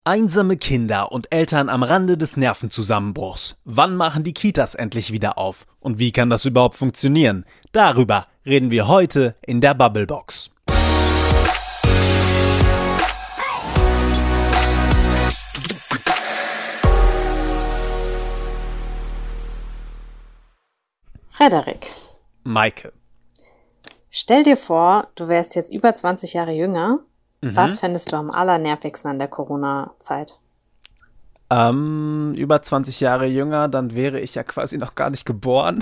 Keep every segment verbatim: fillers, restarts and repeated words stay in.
Einsame Kinder und Eltern am Rande des Nervenzusammenbruchs. Wann machen die Kitas endlich wieder auf? Und wie kann das überhaupt funktionieren? Darüber reden wir heute in der Bubblebox. Frederik. Maike. Stell dir vor, du wärst jetzt über zwanzig Jahre jünger. Mhm. Was fändest du am allernervigsten an der Corona-Zeit? Ähm, über zwanzig Jahre jünger, dann wäre ich ja quasi noch gar nicht geboren.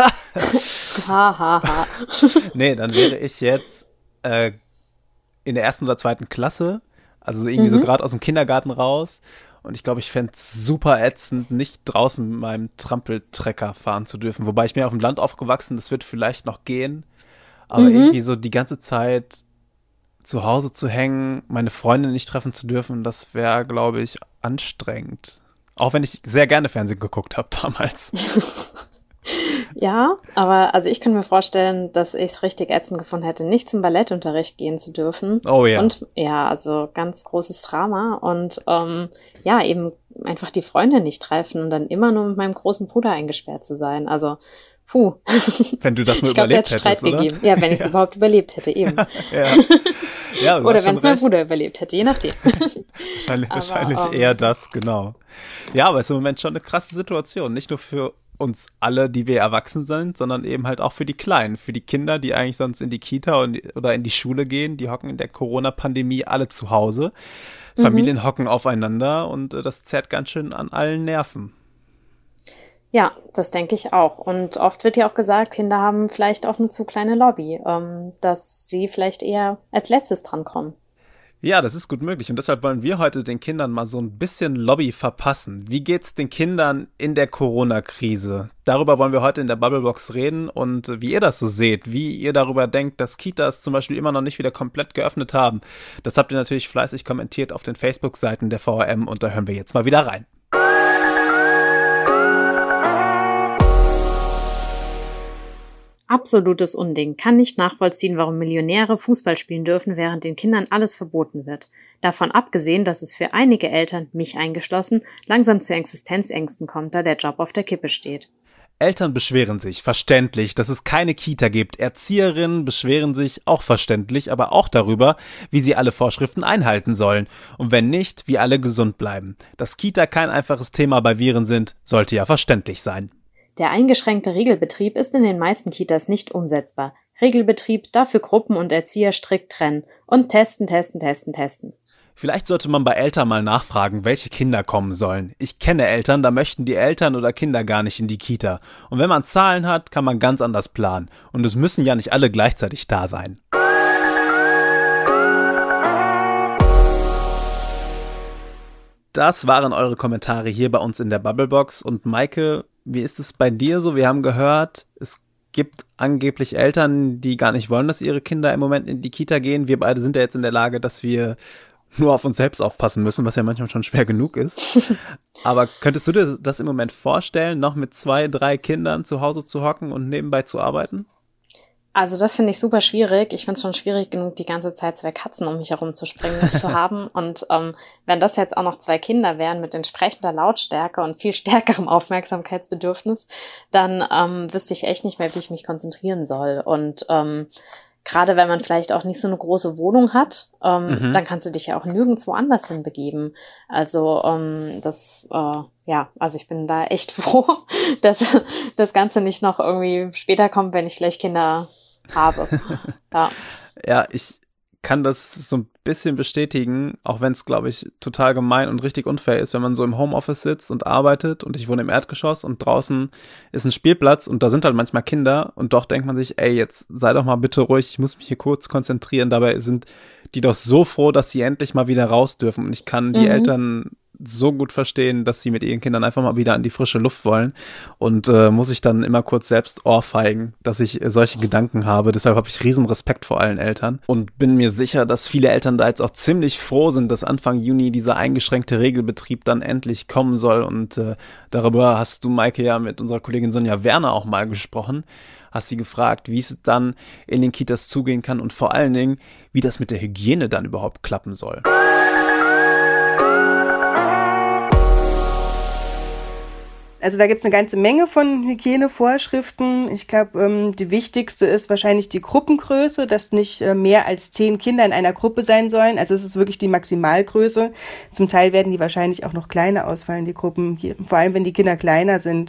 Ha, ha, ha. Nee, dann wäre ich jetzt äh, in der ersten oder zweiten Klasse, also irgendwie Mhm. so gerade aus dem Kindergarten raus. Und ich glaube, ich fände es super ätzend, nicht draußen mit meinem Trampeltrecker fahren zu dürfen. Wobei ich bin ja auf dem Land aufgewachsen, das wird vielleicht noch gehen. Aber Mhm. irgendwie so die ganze Zeit zu Hause zu hängen, meine Freunde nicht treffen zu dürfen, das wäre, glaube ich, anstrengend. Auch wenn ich sehr gerne Fernsehen geguckt habe damals. Ja, aber also ich könnte mir vorstellen, dass ich es richtig ätzend gefunden hätte, nicht zum Ballettunterricht gehen zu dürfen. Oh ja. Und ja, also ganz großes Drama. Und ähm, ja, eben einfach die Freunde nicht treffen und dann immer nur mit meinem großen Bruder eingesperrt zu sein. Also, puh. Wenn du das nur Ich glaube, da überlebt hätte Streit hättest, oder? gegeben. Ja, wenn ich es überhaupt überlebt hätte, eben. Ja. Ja, du Oder hast wenn schon es mein recht. Bruder überlebt hätte, je nachdem. Wahrscheinlich, Aber, wahrscheinlich ähm, eher das, genau. Ja, aber es ist im Moment schon eine krasse Situation. Nicht nur für uns alle, die wir erwachsen sind, sondern eben halt auch für die Kleinen, für die Kinder, die eigentlich sonst in die Kita und, oder in die Schule gehen. Die hocken in der Corona-Pandemie alle zu Hause. Familien hocken aufeinander und äh, das zerrt ganz schön an allen Nerven. Ja, das denke ich auch. Und oft wird ja auch gesagt, Kinder haben vielleicht auch eine zu kleine Lobby, ähm, dass sie vielleicht eher als letztes drankommen. Ja, das ist gut möglich und deshalb wollen wir heute den Kindern mal so ein bisschen Lobby verpassen. Wie geht's den Kindern in der Corona-Krise? Darüber wollen wir heute in der Bubblebox reden und wie ihr das so seht, wie ihr darüber denkt, dass Kitas zum Beispiel immer noch nicht wieder komplett geöffnet haben. Das habt ihr natürlich fleißig kommentiert auf den Facebook-Seiten der V R M und da hören wir jetzt mal wieder rein. Absolutes Unding. Kann nicht nachvollziehen, warum Millionäre Fußball spielen dürfen, während den Kindern alles verboten wird. Davon abgesehen, dass es für einige Eltern, mich eingeschlossen, langsam zu Existenzängsten kommt, da der Job auf der Kippe steht. Eltern beschweren sich, verständlich, dass es keine Kita gibt. Erzieherinnen beschweren sich, auch verständlich, aber auch darüber, wie sie alle Vorschriften einhalten sollen. Und wenn nicht, wie alle gesund bleiben. Dass Kita kein einfaches Thema bei Viren sind, sollte ja verständlich sein. Der eingeschränkte Regelbetrieb ist in den meisten Kitas nicht umsetzbar. Regelbetrieb, dafür Gruppen und Erzieher strikt trennen. Und testen, testen, testen, testen. Vielleicht sollte man bei Eltern mal nachfragen, welche Kinder kommen sollen. Ich kenne Eltern, da möchten die Eltern oder Kinder gar nicht in die Kita. Und wenn man Zahlen hat, kann man ganz anders planen. Und es müssen ja nicht alle gleichzeitig da sein. Das waren eure Kommentare hier bei uns in der Bubblebox. Und Maike, wie ist es bei dir so? Wir haben gehört, es gibt angeblich Eltern, die gar nicht wollen, dass ihre Kinder im Moment in die Kita gehen. Wir beide sind ja jetzt in der Lage, dass wir nur auf uns selbst aufpassen müssen, was ja manchmal schon schwer genug ist. Aber könntest du dir das im Moment vorstellen, noch mit zwei, drei Kindern zu Hause zu hocken und nebenbei zu arbeiten? Also das finde ich super schwierig. Ich finde es schon schwierig genug, die ganze Zeit zwei Katzen um mich herum zu springen zu haben. Und ähm, wenn das jetzt auch noch zwei Kinder wären mit entsprechender Lautstärke und viel stärkerem Aufmerksamkeitsbedürfnis, dann ähm, wüsste ich echt nicht mehr, wie ich mich konzentrieren soll. Und ähm, gerade wenn man vielleicht auch nicht so eine große Wohnung hat, ähm, Mhm. dann kannst du dich ja auch nirgendwo anders hin begeben. Also ähm, das, äh, ja, also ich bin da echt froh, dass das Ganze nicht noch irgendwie später kommt, wenn ich vielleicht Kinder habe. Ja. Ja, ich kann das so ein bisschen bestätigen, auch wenn es, glaube ich, total gemein und richtig unfair ist, wenn man so im Homeoffice sitzt und arbeitet und ich wohne im Erdgeschoss und draußen ist ein Spielplatz und da sind halt manchmal Kinder und doch denkt man sich, ey, jetzt sei doch mal bitte ruhig, ich muss mich hier kurz konzentrieren. Dabei sind die doch so froh, dass sie endlich mal wieder raus dürfen und ich kann die Mhm. Eltern so gut verstehen, dass sie mit ihren Kindern einfach mal wieder an die frische Luft wollen und äh, muss ich dann immer kurz selbst ohrfeigen, dass ich äh, solche Gedanken habe. Deshalb habe ich riesen Respekt vor allen Eltern und bin mir sicher, dass viele Eltern da jetzt auch ziemlich froh sind, dass Anfang Juni dieser eingeschränkte Regelbetrieb dann endlich kommen soll und äh, darüber hast du, Maike, ja mit unserer Kollegin Sonja Werner auch mal gesprochen. Hast sie gefragt, wie es dann in den Kitas zugehen kann und vor allen Dingen, wie das mit der Hygiene dann überhaupt klappen soll. Also da gibt es eine ganze Menge von Hygienevorschriften. Ich glaube, ähm, die wichtigste ist wahrscheinlich die Gruppengröße, dass nicht äh, mehr als zehn Kinder in einer Gruppe sein sollen. Also es ist wirklich die Maximalgröße. Zum Teil werden die wahrscheinlich auch noch kleiner ausfallen, die Gruppen, vor allem wenn die Kinder kleiner sind.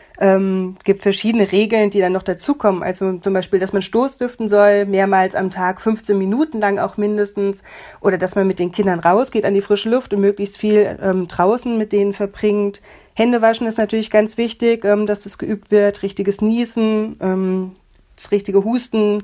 Ähm, gibt verschiedene Regeln, die dann noch dazukommen. Also zum Beispiel, dass man Stoßlüften soll, mehrmals am Tag, fünfzehn Minuten lang auch mindestens. Oder dass man mit den Kindern rausgeht an die frische Luft und möglichst viel ähm, draußen mit denen verbringt. Hände waschen ist natürlich ganz wichtig, ähm, dass das geübt wird. Richtiges Niesen, ähm, das richtige Husten.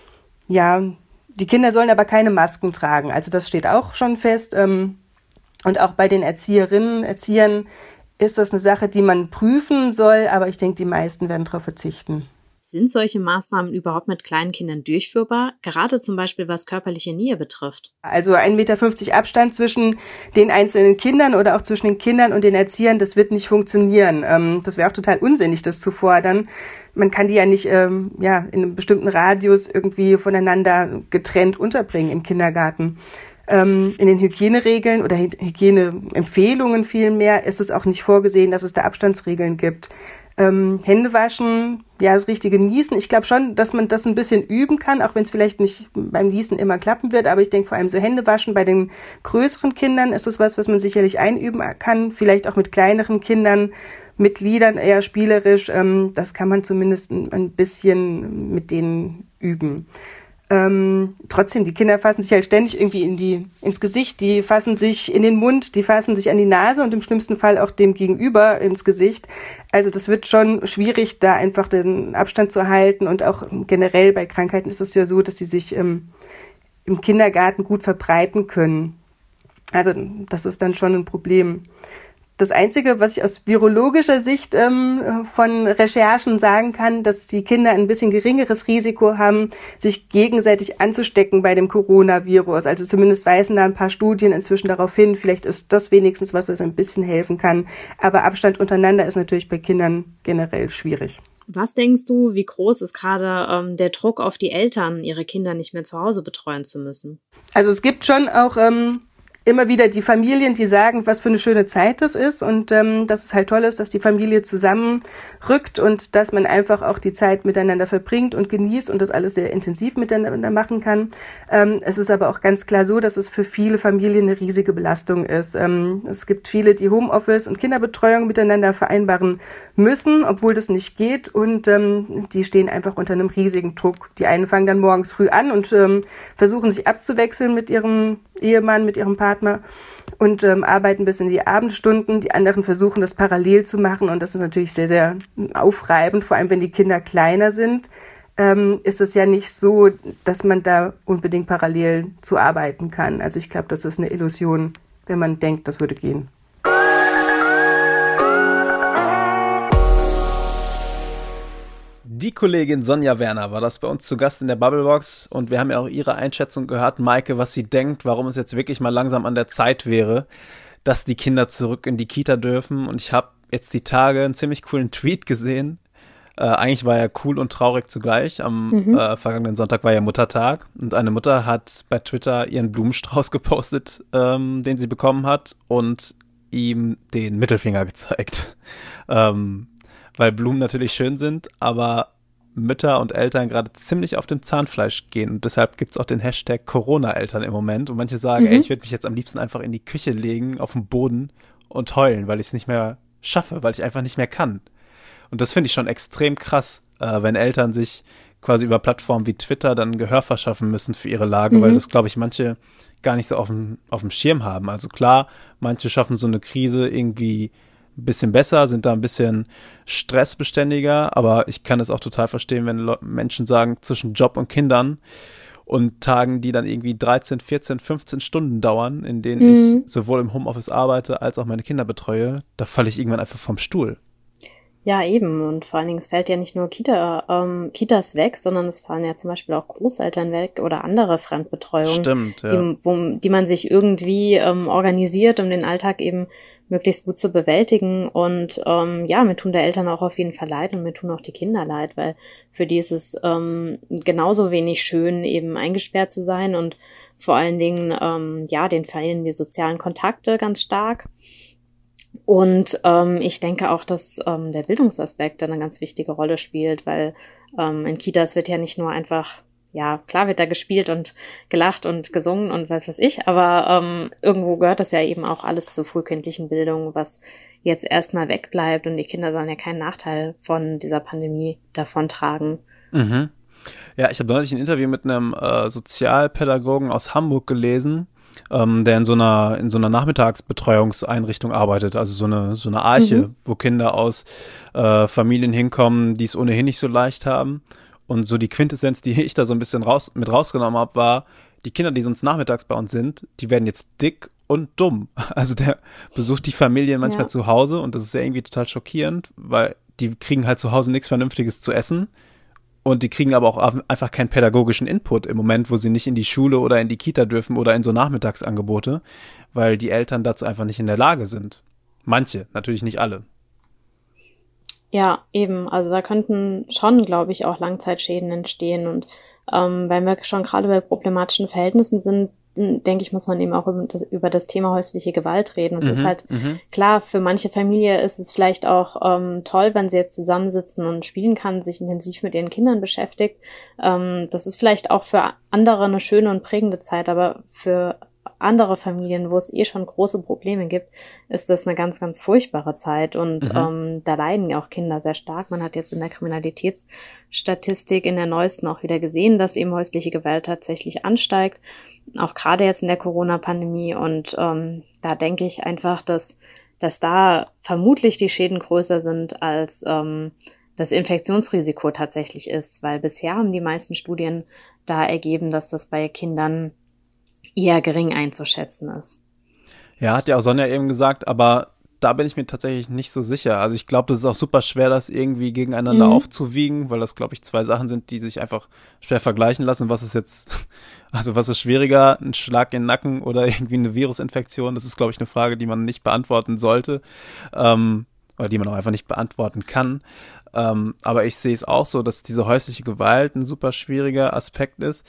Ja, die Kinder sollen aber keine Masken tragen. Also das steht auch schon fest. Ähm, und auch bei den Erzieherinnen, Erziehern ist das eine Sache, die man prüfen soll, aber ich denke, die meisten werden darauf verzichten. Sind solche Maßnahmen überhaupt mit kleinen Kindern durchführbar? Gerade zum Beispiel, was körperliche Nähe betrifft. Also ein Meter fünfzig Abstand zwischen den einzelnen Kindern oder auch zwischen den Kindern und den Erziehern, das wird nicht funktionieren. Ähm, das wäre auch total unsinnig, das zu fordern. Man kann die ja nicht ähm, ja, in einem bestimmten Radius irgendwie voneinander getrennt unterbringen im Kindergarten. In den Hygieneregeln oder Hygieneempfehlungen vielmehr ist es auch nicht vorgesehen, dass es da Abstandsregeln gibt. Ähm, Hände waschen, ja, das richtige Niesen. Ich glaube schon, dass man das ein bisschen üben kann, auch wenn es vielleicht nicht beim Niesen immer klappen wird. Aber ich denke vor allem so Hände waschen bei den größeren Kindern ist es was, was man sicherlich einüben kann. Vielleicht auch mit kleineren Kindern, mit Liedern eher spielerisch. Ähm, das kann man zumindest ein bisschen mit denen üben. Ähm, trotzdem, die Kinder fassen sich halt ständig irgendwie in die, ins Gesicht, die fassen sich in den Mund, die fassen sich an die Nase und im schlimmsten Fall auch dem Gegenüber ins Gesicht. Also das wird schon schwierig, da einfach den Abstand zu halten und auch generell bei Krankheiten ist es ja so, dass sie sich ähm, im Kindergarten gut verbreiten können. Also das ist dann schon ein Problem. Das Einzige, was ich aus virologischer Sicht ähm, von Recherchen sagen kann, dass die Kinder ein bisschen geringeres Risiko haben, sich gegenseitig anzustecken bei dem Coronavirus. Also zumindest weisen da ein paar Studien inzwischen darauf hin. Vielleicht ist das wenigstens was, was ein bisschen helfen kann. Aber Abstand untereinander ist natürlich bei Kindern generell schwierig. Was denkst du, wie groß ist gerade ähm, der Druck auf die Eltern, ihre Kinder nicht mehr zu Hause betreuen zu müssen? Also es gibt schon auch ähm, immer wieder die Familien, die sagen, was für eine schöne Zeit das ist und ähm, dass es halt toll ist, dass die Familie zusammenrückt und dass man einfach auch die Zeit miteinander verbringt und genießt und das alles sehr intensiv miteinander machen kann. Ähm, es ist aber auch ganz klar so, dass es für viele Familien eine riesige Belastung ist. Ähm, es gibt viele, die Homeoffice und Kinderbetreuung miteinander vereinbaren müssen, obwohl das nicht geht und ähm, die stehen einfach unter einem riesigen Druck. Die einen fangen dann morgens früh an und ähm, versuchen sich abzuwechseln mit ihrem Ehemann, mit ihrem Partner und ähm, arbeiten bis in die Abendstunden. Die anderen versuchen, das parallel zu machen und das ist natürlich sehr, sehr aufreibend, vor allem wenn die Kinder kleiner sind. Ähm, ist es ja nicht so, dass man da unbedingt parallel zu arbeiten kann. Also ich glaube, das ist eine Illusion, wenn man denkt, das würde gehen. Die Kollegin Sonja Werner war das bei uns zu Gast in der Bubblebox und wir haben ja auch ihre Einschätzung gehört, Maike, was sie denkt, warum es jetzt wirklich mal langsam an der Zeit wäre, dass die Kinder zurück in die Kita dürfen. Und ich habe jetzt die Tage einen ziemlich coolen Tweet gesehen. Äh, eigentlich war er cool und traurig zugleich. Am mhm. äh, vergangenen Sonntag war ja Muttertag und eine Mutter hat bei Twitter ihren Blumenstrauß gepostet, ähm, den sie bekommen hat und ihm den Mittelfinger gezeigt. Ähm, weil Blumen natürlich schön sind, aber Mütter und Eltern gerade ziemlich auf dem Zahnfleisch gehen und deshalb gibt's auch den Hashtag Corona-Eltern im Moment und manche sagen, mhm. ey, ich würde mich jetzt am liebsten einfach in die Küche legen, auf den Boden und heulen, weil ich es nicht mehr schaffe, weil ich einfach nicht mehr kann. Und das finde ich schon extrem krass, äh, wenn Eltern sich quasi über Plattformen wie Twitter dann Gehör verschaffen müssen für ihre Lage, mhm. weil das, glaube ich, manche gar nicht so auf dem, auf dem Schirm haben. Also klar, manche schaffen so eine Krise irgendwie ein bisschen besser, sind da ein bisschen stressbeständiger, aber ich kann das auch total verstehen, wenn Le- Menschen sagen, zwischen Job und Kindern und Tagen, die dann irgendwie dreizehn, vierzehn, fünfzehn Stunden dauern, in denen mhm. ich sowohl im Homeoffice arbeite, als auch meine Kinder betreue, da falle ich irgendwann einfach vom Stuhl. Ja, eben. Und vor allen Dingen, es fällt ja nicht nur Kita, ähm, Kitas weg, sondern es fallen ja zum Beispiel auch Großeltern weg oder andere Fremdbetreuungen, Stimmt, ja. die, wo, die man sich irgendwie ähm, organisiert, um den Alltag eben möglichst gut zu bewältigen. Und ähm, ja, mir tun der Eltern auch auf jeden Fall leid und mir tun auch die Kinder leid, weil für die ist es ähm, genauso wenig schön, eben eingesperrt zu sein und vor allen Dingen, ähm, ja, den verlieren die sozialen Kontakte ganz stark. Und ähm, ich denke auch, dass ähm, der Bildungsaspekt eine ganz wichtige Rolle spielt, weil ähm, in Kitas wird ja nicht nur einfach, ja, klar wird da gespielt und gelacht und gesungen und was weiß ich, aber ähm, irgendwo gehört das ja eben auch alles zur frühkindlichen Bildung, was jetzt erstmal wegbleibt, und die Kinder sollen ja keinen Nachteil von dieser Pandemie davontragen. Mhm. Ja, ich habe neulich ein Interview mit einem äh, Sozialpädagogen aus Hamburg gelesen, ähm, der in so einer in so einer Nachmittagsbetreuungseinrichtung arbeitet, also so eine so eine Arche, mhm. wo Kinder aus äh, Familien hinkommen, die es ohnehin nicht so leicht haben. Und so die Quintessenz, die ich da so ein bisschen raus mit rausgenommen habe, war, die Kinder, die sonst nachmittags bei uns sind, die werden jetzt dick und dumm. Also der besucht die Familien manchmal ja. zu Hause, und das ist ja irgendwie total schockierend, weil die kriegen halt zu Hause nichts Vernünftiges zu essen. Und die kriegen aber auch einfach keinen pädagogischen Input im Moment, wo sie nicht in die Schule oder in die Kita dürfen oder in so Nachmittagsangebote, weil die Eltern dazu einfach nicht in der Lage sind. Manche, natürlich nicht alle. Ja, eben. Also da könnten schon, glaube ich, auch Langzeitschäden entstehen. Und ähm, wenn wir schon gerade bei problematischen Verhältnissen sind, denke ich, muss man eben auch über das, über das Thema häusliche Gewalt reden. Es mhm, ist halt m- klar, für manche Familie ist es vielleicht auch ähm, toll, wenn sie jetzt zusammensitzen und spielen kann, sich intensiv mit ihren Kindern beschäftigt. Ähm, das ist vielleicht auch für andere eine schöne und prägende Zeit, aber für andere Familien, wo es eh schon große Probleme gibt, ist das eine ganz, ganz furchtbare Zeit. Und mhm. ähm, da leiden ja auch Kinder sehr stark. Man hat jetzt in der Kriminalitätsstatistik in der neuesten auch wieder gesehen, dass eben häusliche Gewalt tatsächlich ansteigt. Auch gerade jetzt in der Corona-Pandemie. Und ähm, da denke ich einfach, dass, dass da vermutlich die Schäden größer sind, als ähm, das Infektionsrisiko tatsächlich ist. Weil bisher haben die meisten Studien da ergeben, dass das bei Kindern eher gering einzuschätzen ist. Ja, hat ja auch Sonja eben gesagt, aber da bin ich mir tatsächlich nicht so sicher. Also ich glaube, das ist auch super schwer, das irgendwie gegeneinander mhm. aufzuwiegen, weil das, glaube ich, zwei Sachen sind, die sich einfach schwer vergleichen lassen. Was ist jetzt, also was ist schwieriger, ein Schlag in den Nacken oder irgendwie eine Virusinfektion? Das ist, glaube ich, eine Frage, die man nicht beantworten sollte, ähm, oder die man auch einfach nicht beantworten kann. Ähm, aber ich sehe es auch so, dass diese häusliche Gewalt ein super schwieriger Aspekt ist.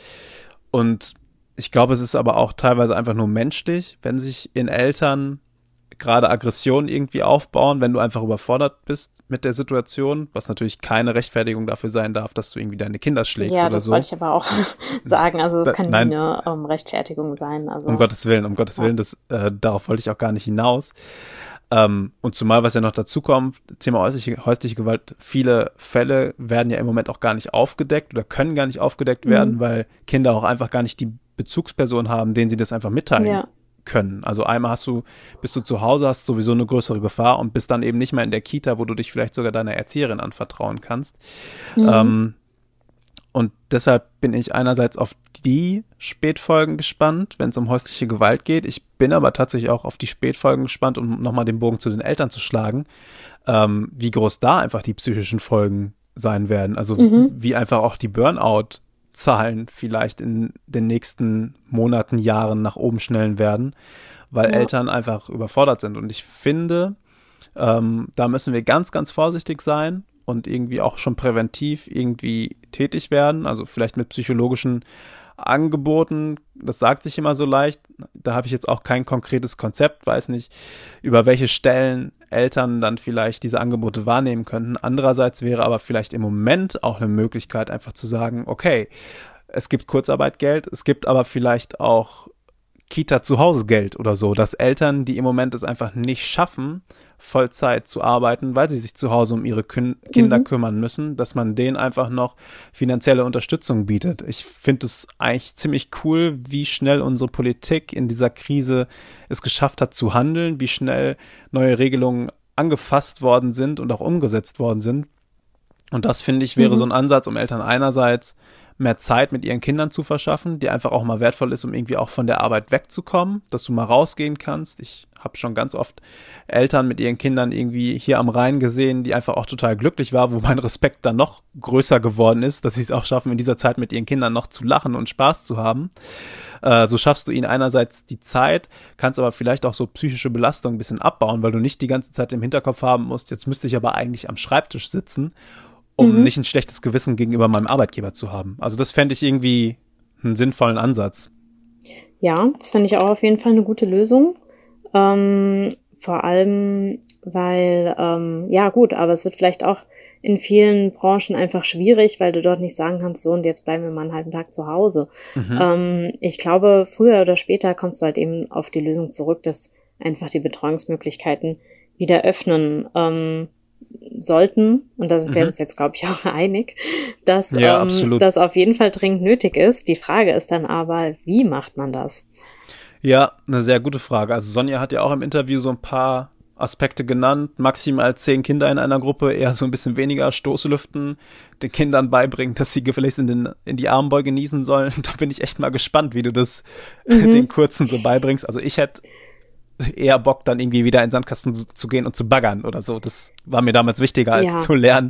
Und ich glaube, es ist aber auch teilweise einfach nur menschlich, wenn sich in Eltern gerade Aggressionen irgendwie aufbauen, wenn du einfach überfordert bist mit der Situation, was natürlich keine Rechtfertigung dafür sein darf, dass du irgendwie deine Kinder schlägst ja, oder so. Ja, das wollte ich aber auch sagen. Also das kann nie eine um, Rechtfertigung sein. Also. Um Gottes Willen, um Gottes ja. Willen, das, äh, darauf wollte ich auch gar nicht hinaus. Ähm, und zumal, was ja noch dazu kommt, Thema häusliche, häusliche Gewalt, viele Fälle werden ja im Moment auch gar nicht aufgedeckt oder können gar nicht aufgedeckt mhm. werden, weil Kinder auch einfach gar nicht die Bezugsperson haben, denen sie das einfach mitteilen ja. können. Also einmal hast du, bist du zu Hause, hast sowieso eine größere Gefahr und bist dann eben nicht mehr in der Kita, wo du dich vielleicht sogar deiner Erzieherin anvertrauen kannst. Mhm. Ähm, und deshalb bin ich einerseits auf die Spätfolgen gespannt, wenn es um häusliche Gewalt geht. Ich bin aber tatsächlich auch auf die Spätfolgen gespannt, um nochmal den Bogen zu den Eltern zu schlagen, ähm, wie groß da einfach die psychischen Folgen sein werden. Also mhm. wie einfach auch die Burnout Zahlen vielleicht in den nächsten Monaten, Jahren nach oben schnellen werden, weil ja. Eltern einfach überfordert sind. Und ich finde, ähm, da müssen wir ganz, ganz vorsichtig sein und irgendwie auch schon präventiv irgendwie tätig werden. Also vielleicht mit psychologischen Angeboten, das sagt sich immer so leicht. Da habe ich jetzt auch kein konkretes Konzept, weiß nicht, über welche Stellen Eltern dann vielleicht diese Angebote wahrnehmen könnten. Andererseits wäre aber vielleicht im Moment auch eine Möglichkeit, einfach zu sagen, okay, es gibt Kurzarbeitgeld, es gibt aber vielleicht auch Kita-Zuhause-Geld oder so, dass Eltern, die im Moment es einfach nicht schaffen, Vollzeit zu arbeiten, weil sie sich zu Hause um ihre Kün- Kinder mhm. kümmern müssen, dass man denen einfach noch finanzielle Unterstützung bietet. Ich finde es eigentlich ziemlich cool, wie schnell unsere Politik in dieser Krise es geschafft hat zu handeln, wie schnell neue Regelungen angefasst worden sind und auch umgesetzt worden sind. Und das, finde ich, wäre mhm. so ein Ansatz, um Eltern einerseits mehr Zeit mit ihren Kindern zu verschaffen, die einfach auch mal wertvoll ist, um irgendwie auch von der Arbeit wegzukommen, dass du mal rausgehen kannst. Ich habe schon ganz oft Eltern mit ihren Kindern irgendwie hier am Rhein gesehen, die einfach auch total glücklich waren, wo mein Respekt dann noch größer geworden ist, dass sie es auch schaffen, in dieser Zeit mit ihren Kindern noch zu lachen und Spaß zu haben. Äh, so schaffst du ihnen einerseits die Zeit, kannst aber vielleicht auch so psychische Belastung ein bisschen abbauen, weil du nicht die ganze Zeit im Hinterkopf haben musst, jetzt müsste ich aber eigentlich am Schreibtisch sitzen, um mhm. nicht ein schlechtes Gewissen gegenüber meinem Arbeitgeber zu haben. Also das fände ich irgendwie einen sinnvollen Ansatz. Ja, das fände ich auch auf jeden Fall eine gute Lösung. Ähm, Vor allem, weil, ähm, ja gut, aber es wird vielleicht auch in vielen Branchen einfach schwierig, weil du dort nicht sagen kannst, so und jetzt bleiben wir mal einen halben Tag zu Hause. Mhm. Ähm, ich glaube, früher oder später kommst du halt eben auf die Lösung zurück, dass einfach die Betreuungsmöglichkeiten wieder öffnen ähm, sollten. Und da sind mhm. wir uns jetzt, glaube ich, auch einig, dass ja, ähm, das auf jeden Fall dringend nötig ist. Die Frage ist dann aber, wie macht man das? Ja, eine sehr gute Frage. Also Sonja hat ja auch im Interview so ein paar Aspekte genannt. Maximal zehn Kinder in einer Gruppe, eher so ein bisschen weniger Stoßlüften, den Kindern beibringen, dass sie gefälligst in, den, in die Armbeuge niesen sollen. Da bin ich echt mal gespannt, wie du das mhm. den Kurzen so beibringst. Also ich hätte eher Bock, dann irgendwie wieder in den Sandkasten zu, zu gehen und zu baggern oder so. Das war mir damals wichtiger, als ja. zu lernen,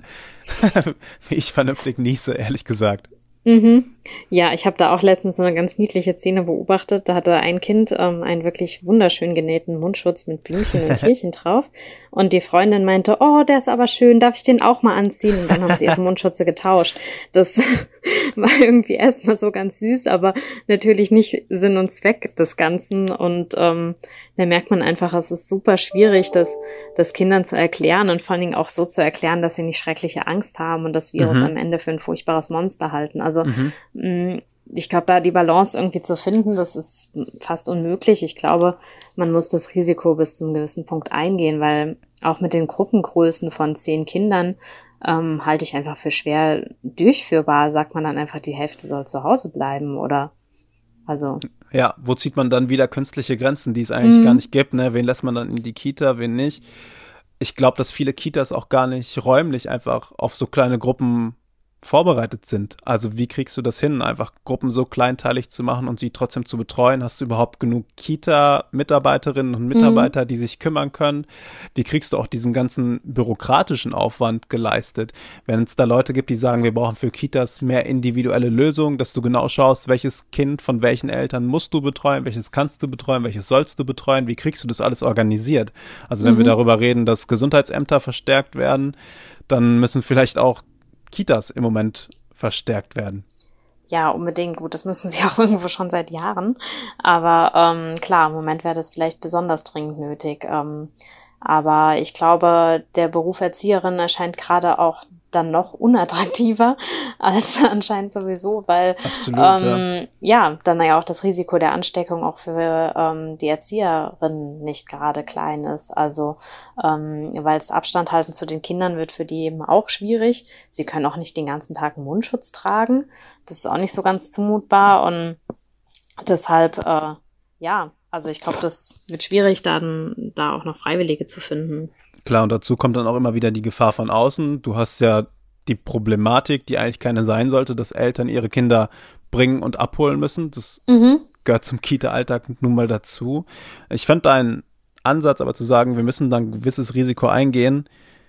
wie ich vernünftig niese, ehrlich gesagt. Mhm. Ja, ich habe da auch letztens so eine ganz niedliche Szene beobachtet. Da hatte ein Kind ähm, einen wirklich wunderschön genähten Mundschutz mit Blümchen und Tierchen drauf. Und die Freundin meinte, oh, der ist aber schön, darf ich den auch mal anziehen? Und dann haben sie ihre Mundschutze getauscht. Das war irgendwie erstmal so ganz süß, aber natürlich nicht Sinn und Zweck des Ganzen. Und ähm, da merkt man einfach, es ist super schwierig, das, das Kindern zu erklären und vor allen Dingen auch so zu erklären, dass sie nicht schreckliche Angst haben und das Virus mhm. am Ende für ein furchtbares Monster halten. Also mhm. ich glaube, da die Balance irgendwie zu finden, das ist fast unmöglich. Ich glaube, man muss das Risiko bis zu einem gewissen Punkt eingehen, weil auch mit den Gruppengrößen von zehn Kindern ähm, halte ich einfach für schwer durchführbar. Sagt man dann einfach, die Hälfte soll zu Hause bleiben oder also. Ja, wo zieht man dann wieder künstliche Grenzen, die es eigentlich mhm. gar nicht gibt, ne? Wen lässt man dann in die Kita, wen nicht? Ich glaube, dass viele Kitas auch gar nicht räumlich einfach auf so kleine Gruppen vorbereitet sind. Also wie kriegst du das hin, einfach Gruppen so kleinteilig zu machen und sie trotzdem zu betreuen? Hast du überhaupt genug Kita-Mitarbeiterinnen und Mitarbeiter, mhm. die sich kümmern können? Wie kriegst du auch diesen ganzen bürokratischen Aufwand geleistet? Wenn es da Leute gibt, die sagen, wir brauchen für Kitas mehr individuelle Lösungen, dass du genau schaust, welches Kind von welchen Eltern musst du betreuen, welches kannst du betreuen, welches sollst du betreuen? Wie kriegst du das alles organisiert? Also wenn mhm. wir darüber reden, dass Gesundheitsämter verstärkt werden, dann müssen vielleicht auch Kitas im Moment verstärkt werden. Ja, unbedingt. Gut, das müssen sie auch irgendwo schon seit Jahren. Aber ähm, klar, im Moment wäre das vielleicht besonders dringend nötig. Ähm, aber ich glaube, der Beruf Erzieherin erscheint gerade auch dann noch unattraktiver als anscheinend sowieso, weil Absolut, ähm, ja. ja, dann ja auch das Risiko der Ansteckung auch für ähm, die Erzieherin nicht gerade klein ist. Also ähm, weil das Abstand halten zu den Kindern wird für die eben auch schwierig. Sie können auch nicht den ganzen Tag einen Mundschutz tragen. Das ist auch nicht so ganz zumutbar und deshalb äh, ja, also ich glaube, das wird schwierig, dann da auch noch Freiwillige zu finden. Klar, und dazu kommt dann auch immer wieder die Gefahr von außen. Du hast ja die Problematik, die eigentlich keine sein sollte, dass Eltern ihre Kinder bringen und abholen müssen. Das mhm. gehört zum Kita-Alltag nun mal dazu. Ich fand deinen Ansatz aber zu sagen, wir müssen dann ein gewisses Risiko eingehen,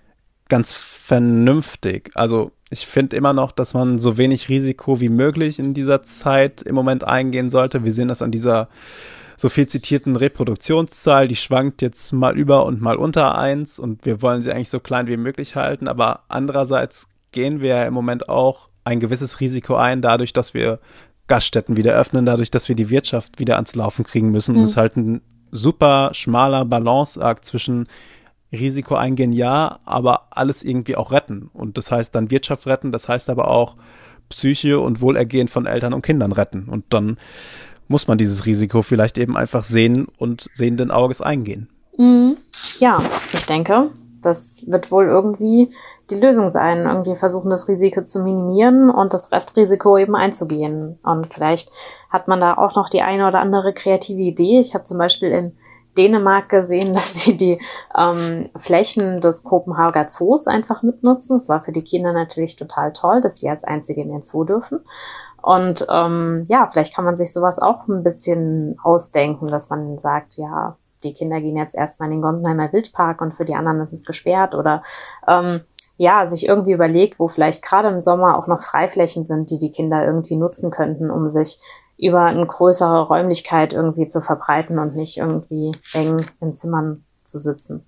ganz vernünftig. Also ich finde immer noch, dass man so wenig Risiko wie möglich in dieser Zeit im Moment eingehen sollte. Wir sehen das an dieser so viel zitierten Reproduktionszahl, die schwankt jetzt mal über und mal unter eins und wir wollen sie eigentlich so klein wie möglich halten, aber andererseits gehen wir im Moment auch ein gewisses Risiko ein, dadurch, dass wir Gaststätten wieder öffnen, dadurch, dass wir die Wirtschaft wieder ans Laufen kriegen müssen. Mhm. Und es ist halt ein super schmaler Balanceakt zwischen Risiko eingehen, ja, aber alles irgendwie auch retten. Und das heißt dann Wirtschaft retten, das heißt aber auch Psyche und Wohlergehen von Eltern und Kindern retten. Und dann muss man dieses Risiko vielleicht eben einfach sehen und sehenden Auges eingehen. Mhm. Ja, ich denke, das wird wohl irgendwie die Lösung sein. Irgendwie versuchen, das Risiko zu minimieren und das Restrisiko eben einzugehen. Und vielleicht hat man da auch noch die eine oder andere kreative Idee. Ich habe zum Beispiel in Dänemark gesehen, dass sie die ähm, Flächen des Kopenhager Zoos einfach mitnutzen. Das war für die Kinder natürlich total toll, dass sie als Einzige in den Zoo dürfen. Und ähm, ja, vielleicht kann man sich sowas auch ein bisschen ausdenken, dass man sagt, ja, die Kinder gehen jetzt erstmal in den Gonsenheimer Wildpark und für die anderen ist es gesperrt. Oder ähm, ja, sich irgendwie überlegt, wo vielleicht gerade im Sommer auch noch Freiflächen sind, die die Kinder irgendwie nutzen könnten, um sich über eine größere Räumlichkeit irgendwie zu verbreiten und nicht irgendwie eng in Zimmern zu sitzen.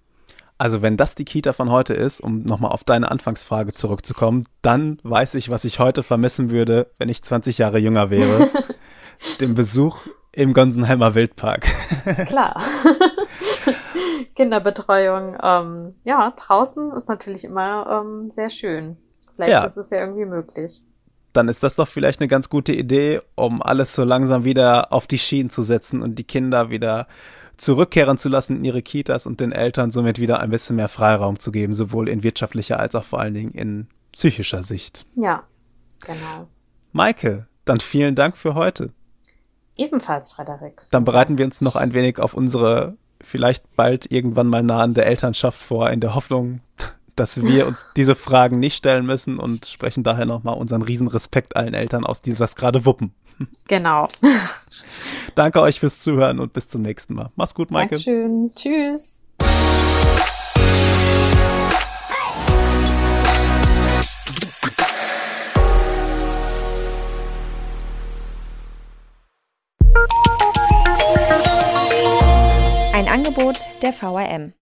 Also wenn das die Kita von heute ist, um nochmal auf deine Anfangsfrage zurückzukommen, dann weiß ich, was ich heute vermissen würde, wenn ich zwanzig Jahre jünger wäre. Den Besuch im Gonsenheimer Wildpark. Klar. Kinderbetreuung. Ähm, ja, draußen ist natürlich immer ähm, sehr schön. Vielleicht Ja. ist es ja irgendwie möglich. Dann ist das doch vielleicht eine ganz gute Idee, um alles so langsam wieder auf die Schienen zu setzen und die Kinder wieder zurückkehren zu lassen in ihre Kitas und den Eltern somit wieder ein bisschen mehr Freiraum zu geben, sowohl in wirtschaftlicher als auch vor allen Dingen in psychischer Sicht. Ja, genau. Maike, dann vielen Dank für heute. Ebenfalls, Frederik. Dann bereiten wir uns noch ein wenig auf unsere vielleicht bald irgendwann mal nahende Elternschaft vor, in der Hoffnung, dass wir uns diese Fragen nicht stellen müssen und sprechen daher nochmal unseren Riesenrespekt allen Eltern aus, die das gerade wuppen. Genau. Danke euch fürs Zuhören und bis zum nächsten Mal. Mach's gut, Maike. Dankeschön. Tschüss. Ein Angebot der V R M.